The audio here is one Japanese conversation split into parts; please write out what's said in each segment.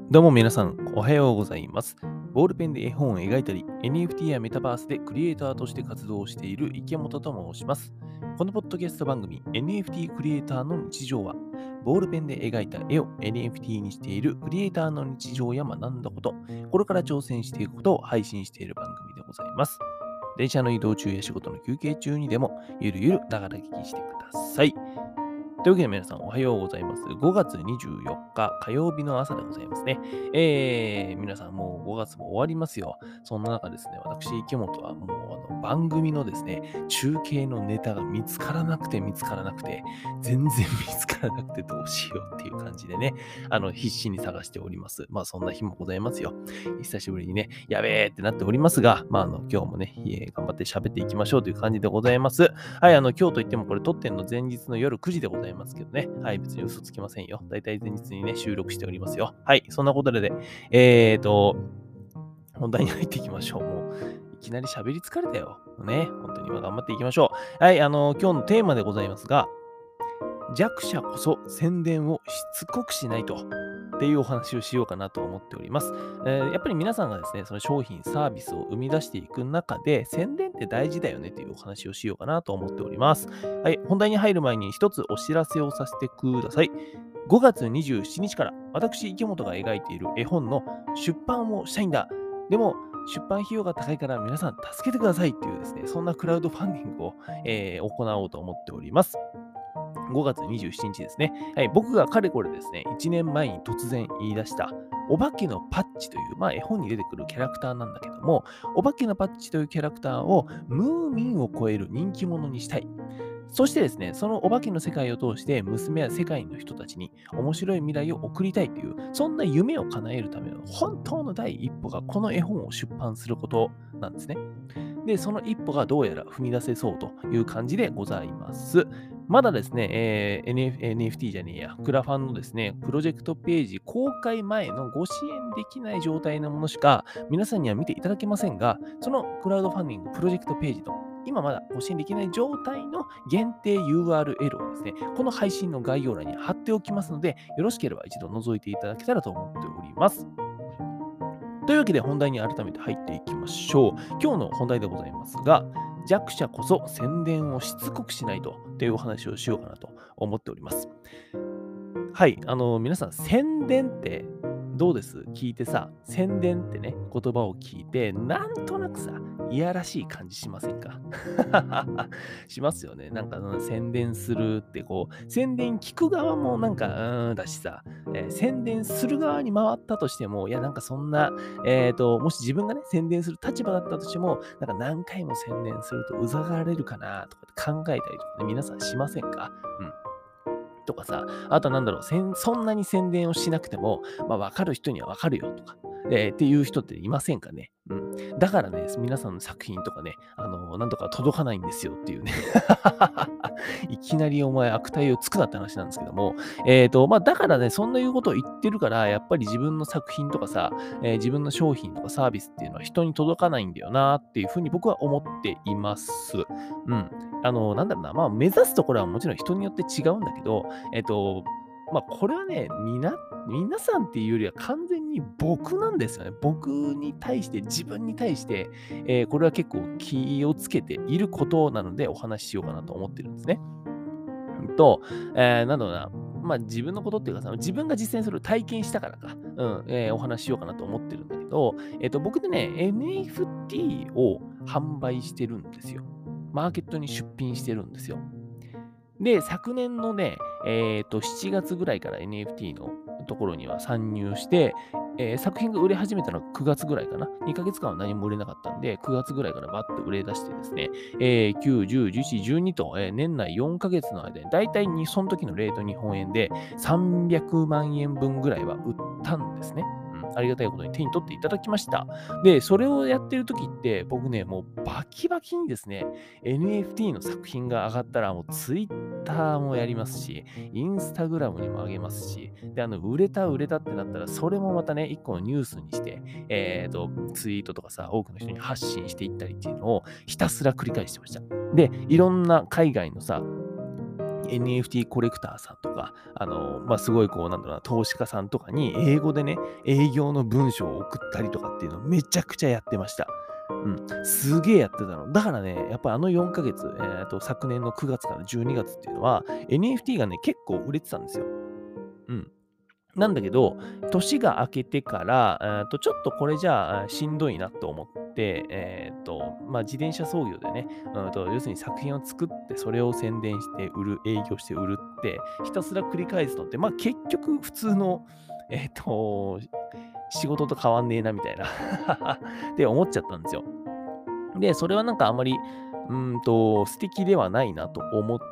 どうも皆さん、おはようございます。ボールペンで絵本を描いたり、NFT やメタバースでクリエイターとして活動をしている池本と申します。このポッドキャスト番組 NFT クリエイターの日常は、ボールペンで描いた絵を NFT にしているクリエイターの日常や学んだこと、これから挑戦していくことを配信している番組でございます。電車の移動中や仕事の休憩中にでも、ゆるゆるながら聞きしてください。というわけで皆さんおはようございます。5月24日火曜日の朝でございますね。皆さんもう5月も終わりますよ。そんな中ですね、私、池本はもう番組のですね、中継のネタが見つからなくて全然見つからなくてどうしようっていう感じでね、必死に探しております。まあそんな日もございますよ。久しぶりにね、やべーってなっておりますが、今日もね、頑張って喋っていきましょうという感じでございます。はい、今日といってもこれ撮ってんの前日の夜9時でございますけどね。はい、別に嘘つきませんよ。だいたい前日にね、収録しておりますよ。はい、そんなことで、本題に入っていきましょう。もう、いきなり喋り疲れたよ。ね、本当に頑張っていきましょう。はい、今日のテーマでございますが、弱者こそ宣伝をしつこくしないと。っていうお話をしようかなと思っております。やっぱり皆さんがですね、その商品、サービスを生み出していく中で、宣伝って大事だよねというお話をしようかなと思っております。はい、本題に入る前に一つお知らせをさせてください。5月27日から私、池本が描いている絵本の出版をしたいんだ。でも、出版費用が高いから皆さん助けてくださいっていうですね、そんなクラウドファンディングを、行おうと思っております。5月27日ですね。はい、僕がかれこれですね、1年前に突然言い出した、お化けのパッチという、絵本に出てくるキャラクターなんだけども、お化けのパッチというキャラクターをムーミンを超える人気者にしたい。そしてですね、そのお化けの世界を通して娘や世界の人たちに面白い未来を送りたいという、そんな夢を叶えるための本当の第一歩がこの絵本を出版することなんですね。で、その一歩がどうやら踏み出せそうという感じでございます。まだですね、NFT じゃねえや、クラファンのですね、プロジェクトページ公開前のご支援できない状態のものしか皆さんには見ていただけませんが、そのクラウドファンディングプロジェクトページの今まだご支援できない状態の限定 URL をですね、この配信の概要欄に貼っておきますので、よろしければ一度覗いていただけたらと思っております。というわけで本題に改めて入っていきましょう。今日の本題でございますが、弱者こそ宣伝をしつこくしないというお話をしようかなと思っております。はい、皆さん、宣伝ってどうです聞いてさ、宣伝ってね、言葉を聞いて、なんとなくさ、いやらしい感じしませんか？しますよね。なんか、宣伝するって宣伝聞く側もなんか、だしさ、宣伝する側に回ったとしても、いや、なんかそんな、もし自分がね、宣伝する立場だったとしても、なんか何回も宣伝するとうざがられるかなとかって考えたりとかね、皆さんしませんか？うん。とかさ、あとはなんだろう、そんなに宣伝をしなくても、分かる人には分かるよとか、っていう人っていませんかね。うん。だからね、皆さんの作品とかね、なんとか届かないんですよっていうね。いきなりお前悪態をつくなって話なんですけども、だからね、そんないうことを言ってるから、やっぱり自分の作品とかさ、自分の商品とかサービスっていうのは人に届かないんだよなっていうふうに僕は思っています。うん。なんだろうな、目指すところはもちろん人によって違うんだけど、これはね、皆さんっていうよりは完全に僕なんですよね。僕に対して、自分に対して、これは結構気をつけていることなのでお話ししようかなと思ってるんですね。と、なんだろうな、自分のことっていうかさ、自分が実践する体験したからか、お話ししようかなと思ってるんだけど、僕でね、NFT を販売してるんですよ。マーケットに出品してるんですよ。で、昨年のね、7月ぐらいから NFT のところには参入して、作品が売れ始めたのは9月ぐらいかな。2ヶ月間は何も売れなかったんで、9月ぐらいからバッと売れ出してですね、9、10、11、12と、年内4ヶ月の間に、だいたいその時のレート日本円で300万円分ぐらいは売ったんですね。ありがたいことに手に取っていただきました。で、それをやってる時って、僕ね、もうバキバキにですね、NFT の作品が上がったら、もう Twitter もやりますし、Instagram にも上げますし、で、売れたってなったら、それもまたね、一個のニュースにして、ツイートとかさ、多くの人に発信していったりっていうのをひたすら繰り返してました。で、いろんな海外のさ、 NFT コレクターさんとか、すごいこう、なんだろうな、投資家さんとかに英語でね、営業の文章を送ったりとかっていうのをめちゃくちゃやってました。すげえやってたの。だからね、やっぱあの4ヶ月、昨年の9月から12月っていうのは、NFT がね、結構売れてたんですよ。うん。なんだけど、年が明けてから、ちょっとこれじゃあ、しんどいなと思って、自転車操業でね、要するに作品を作って、それを宣伝して売る、営業して売るって、ひたすら繰り返すのって、結局普通の、えっと、仕事と変わんねえなみたいなって思っちゃったんですよ。で、それはなんかあまり、素敵ではないなと思って、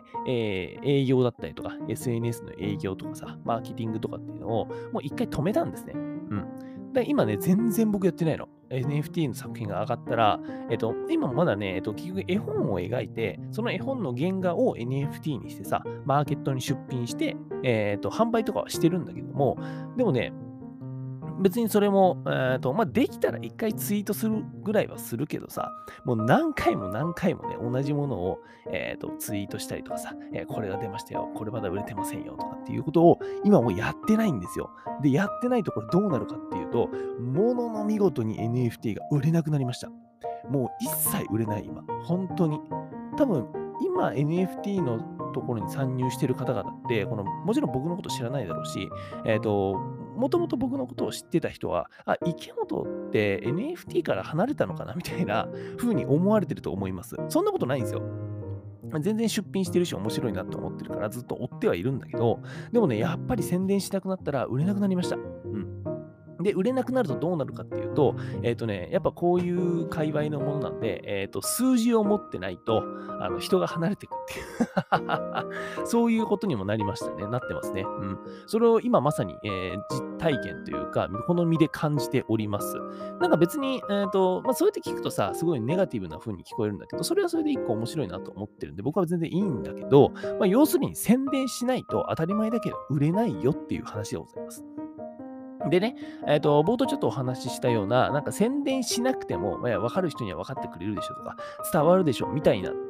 営業だったりとか、SNS の営業とかさ、マーケティングとかっていうのを、もう一回止めたんですね。で、今ね、全然僕やってないの。NFT の作品が上がったら、今もまだね、結局絵本を描いて、その絵本の原画を NFT にしてさ、マーケットに出品して、販売とかはしてるんだけども、でもね、別にそれも、できたら一回ツイートするぐらいはするけどさ、もう何回も何回もね、同じものを、ツイートしたりとかさ、これが出ましたよ、これまだ売れてませんよとかっていうことを今もうやってないんですよ。で、やってないとこれどうなるかっていうと、ものの見事に NFT が売れなくなりました。もう一切売れない今。本当に。多分、今 NFT のところに参入してる方々って、もちろん僕のこと知らないだろうし、もともと僕のことを知ってた人は、池本って NFT から離れたのかなみたいな風に思われてると思います。そんなことないんですよ。全然出品してるし面白いなと思ってるからずっと追ってはいるんだけど、でもね、やっぱり宣伝しなくなったら売れなくなりました。で、売れなくなるとどうなるかっていうと、やっぱこういう界隈のものなんで、数字を持ってないと、人が離れていくっていうそういうことにもなりましたね。なってますね。それを今まさに、実体験というか、この身で感じております。なんか別に、そうやって聞くとさ、すごいネガティブな風に聞こえるんだけど、それはそれで一個面白いなと思ってるんで、僕は全然いいんだけど、要するに宣伝しないと当たり前だけど売れないよっていう話でございます。でね、冒頭ちょっとお話ししたような、なんか宣伝しなくても、分かる人には分かってくれるでしょとか、伝わるでしょみたいなのって、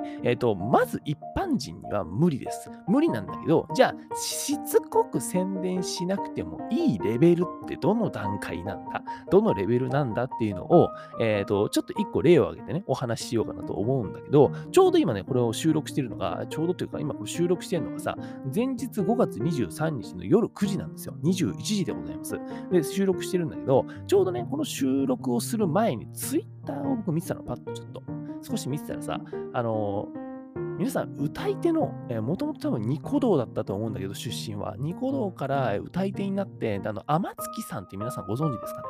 まず一般人には無理です。無理なんだけど、じゃあ、しつこく宣伝しなくてもいいレベルってどの段階なんだ、どのレベルなんだっていうのを、ちょっと一個例を挙げてね、お話ししようかなと思うんだけど、ちょうど今ね、これを収録しているのが、ちょうどというか、今これ収録してるのがさ、前日5月23日の夜9時なんですよ。21時でございます。で、収録してるんだけど、ちょうどね、この収録をする前にツイッターを僕見てたの、パッとちょっと。少し見てたらさ、皆さん、歌い手の、もともと多分ニコ動だったと思うんだけど、出身は。ニコ動から歌い手になって、で天月さんって皆さんご存知ですかね。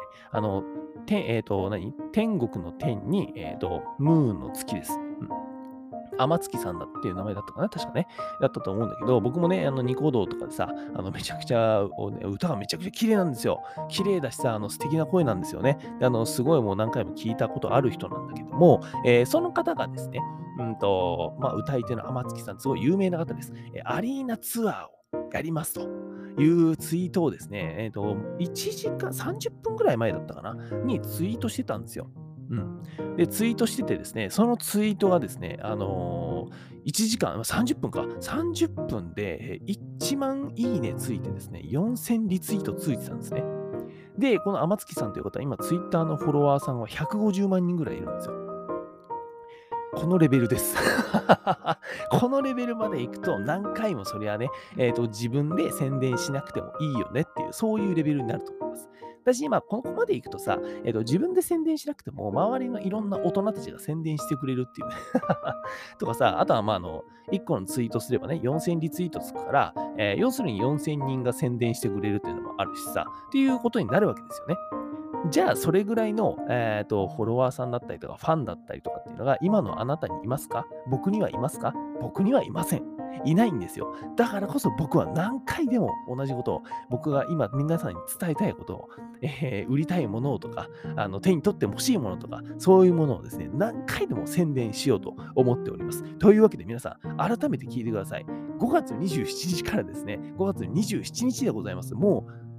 天国の天に、ムーンの月です。天月さんだっていう名前だったかな確かね。だったと思うんだけど、僕もね、ニコ動とかでさ、めちゃくちゃ、歌がめちゃくちゃ綺麗なんですよ。綺麗だしさ、素敵な声なんですよね。で、すごいもう何回も聞いたことある人なんだけども、その方がですね、歌い手の天月さん、すごい有名な方です。アリーナツアーをやりますと。いうツイートをですね、1時間、30分ぐらい前だったかな、にツイートしてたんですよ。で、ツイートしててですね、そのツイートがですね、1時間、30分か、30分で1万いいねついてですね、4000リツイートついてたんですね。で、この天月さんという方は今、ツイッターのフォロワーさんは150万人ぐらいいるんですよ。このレベルです。このレベルまで行くと、何回もそれはね、自分で宣伝しなくてもいいよねっていう、そういうレベルになると思います。私、今、ここまで行くとさ、自分で宣伝しなくても、周りのいろんな大人たちが宣伝してくれるっていうねとかさ、あとは、1個のツイートすればね、4000リツイートつくから、要するに4000人が宣伝してくれるっていうのもあるしさ、っていうことになるわけですよね。じゃあ、それぐらいの、フォロワーさんだったりとか、ファンだったりとかっていうのが、今のあなたにいますか？僕にはいますか？僕にはいません。いないんですよ。だからこそ僕は何回でも同じことを、僕が今皆さんに伝えたいことを、売りたいものをとか、手に取って欲しいものとか、そういうものをですね、何回でも宣伝しようと思っております。というわけで皆さん、改めて聞いてください。5月27日からですね、5月27日でございます。もう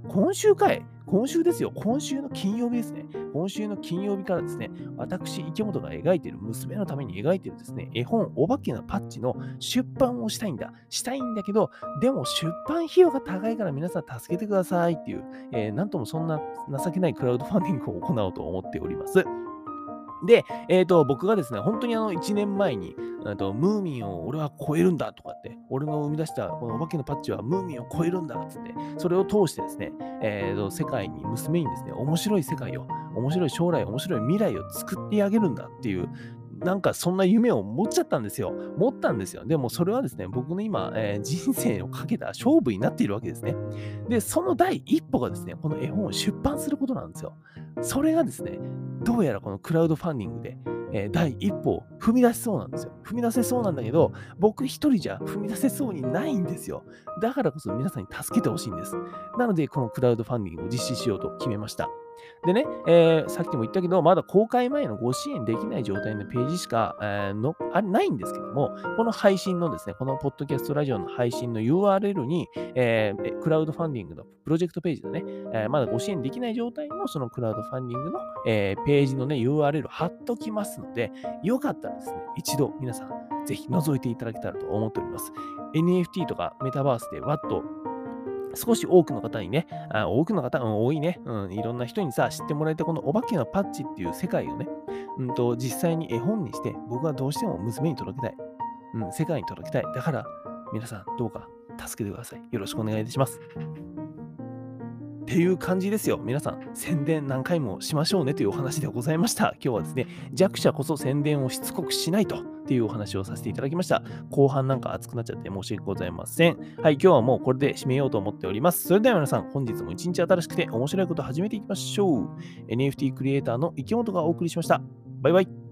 今週ですよ。今週の金曜日ですね。今週の金曜日からですね、私、池本が描いている、娘のために描いているですね、絵本、お化けのパッチの出版をしたいんだ。したいんだけど、でも出版費用が高いから皆さん助けてくださいっていう、なんともそんな情けないクラウドファンディングを行おうと思っております。で、僕がですね、本当に1年前に、ムーミンを俺は超えるんだとかって、俺の生み出したこのお化けのパッチはムーミンを超えるんだっつって、それを通してですね、世界に、娘にですね、面白い世界を、面白い将来、面白い未来を作ってあげるんだっていう、なんかそんな夢を持っちゃったんですよ。持ったんですよ。でもそれはですね、僕の今、人生をかけた勝負になっているわけですね。で、その第一歩がですね、この絵本を出版することなんですよ。それがですね、どうやらこのクラウドファンディングで、第一歩を踏み出しそうなんですよ。踏み出せそうなんだけど、僕一人じゃ踏み出せそうにないんですよ。だからこそ皆さんに助けてほしいんです。なので、このクラウドファンディングを実施しようと決めました。でね、さっきも言ったけど、まだ公開前のご支援できない状態のページしか、ないんですけども、この配信のですね、このポッドキャストラジオの配信の URL に、クラウドファンディングのプロジェクトページでね、まだご支援できない状態のそのクラウドファンディングの、ページのね、URL 貼っときますので、よかったらですね、一度皆さん、ぜひ覗いていただけたらと思っております。NFT とかメタバースでワッと少し多くの方にね、多くの方、多いね、いろんな人にさ、知ってもらえて、このお化けのパッチっていう世界をね、実際に絵本にして、僕はどうしても娘に届けたい。世界に届けたい。だから、皆さん、どうか助けてください。よろしくお願いいたします。っていう感じですよ。皆さん、宣伝何回もしましょうねというお話でございました。今日はですね、弱者こそ宣伝をしつこくしないとっていうお話をさせていただきました。後半なんか熱くなっちゃって申し訳ございません。はい、今日はもうこれで締めようと思っております。それでは皆さん、本日も一日新しくて面白いことを始めていきましょう。NFT クリエイターの池本がお送りしました。バイバイ。